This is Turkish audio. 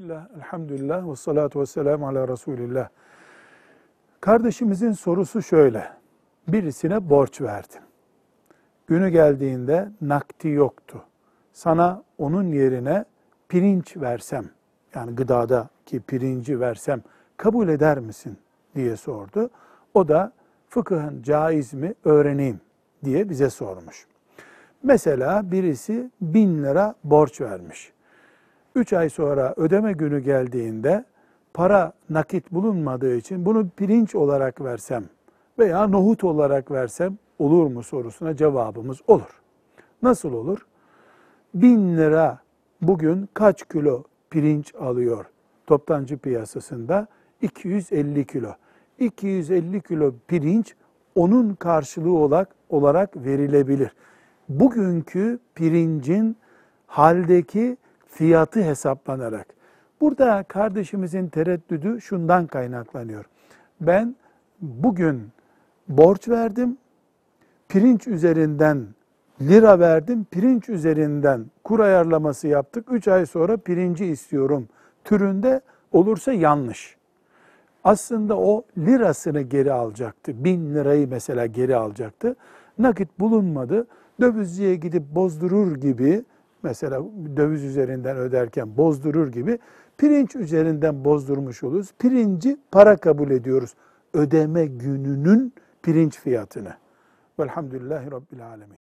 Bismillah, elhamdülillah ve salatu ve selamu ala Resulillah. Kardeşimizin sorusu şöyle. Birisine borç verdim. Günü geldiğinde nakdi yoktu. Sana onun yerine pirinç versem, yani gıdadaki pirinci versem kabul eder misin diye sordu. O da fıkıhın caiz mi öğreneyim diye bize sormuş. Mesela birisi 1.000 lira borç vermiş. 3 ay sonra ödeme günü geldiğinde para nakit bulunmadığı için bunu pirinç olarak versem veya nohut olarak versem olur mu sorusuna cevabımız olur. Nasıl olur? 1.000 lira bugün kaç kilo pirinç alıyor toptancı piyasasında? 250 kilo. 250 kilo pirinç onun karşılığı olarak verilebilir. Bugünkü pirincin haldeki fiyatı hesaplanarak. Burada kardeşimizin tereddüdü şundan kaynaklanıyor. Ben bugün borç verdim, pirinç üzerinden lira verdim, pirinç üzerinden kur ayarlaması yaptık. 3 ay sonra pirinci istiyorum türünde olursa yanlış. Aslında o lirasını geri alacaktı. 1.000 lirayı mesela geri alacaktı. Nakit bulunmadı. Dövizciye gidip bozdurur gibi, mesela döviz üzerinden öderken bozdurur gibi pirinç üzerinden bozdurmuş oluruz. Pirinci para kabul ediyoruz. Ödeme gününün pirinç fiyatını. Velhamdülillahi Rabbil Alemin.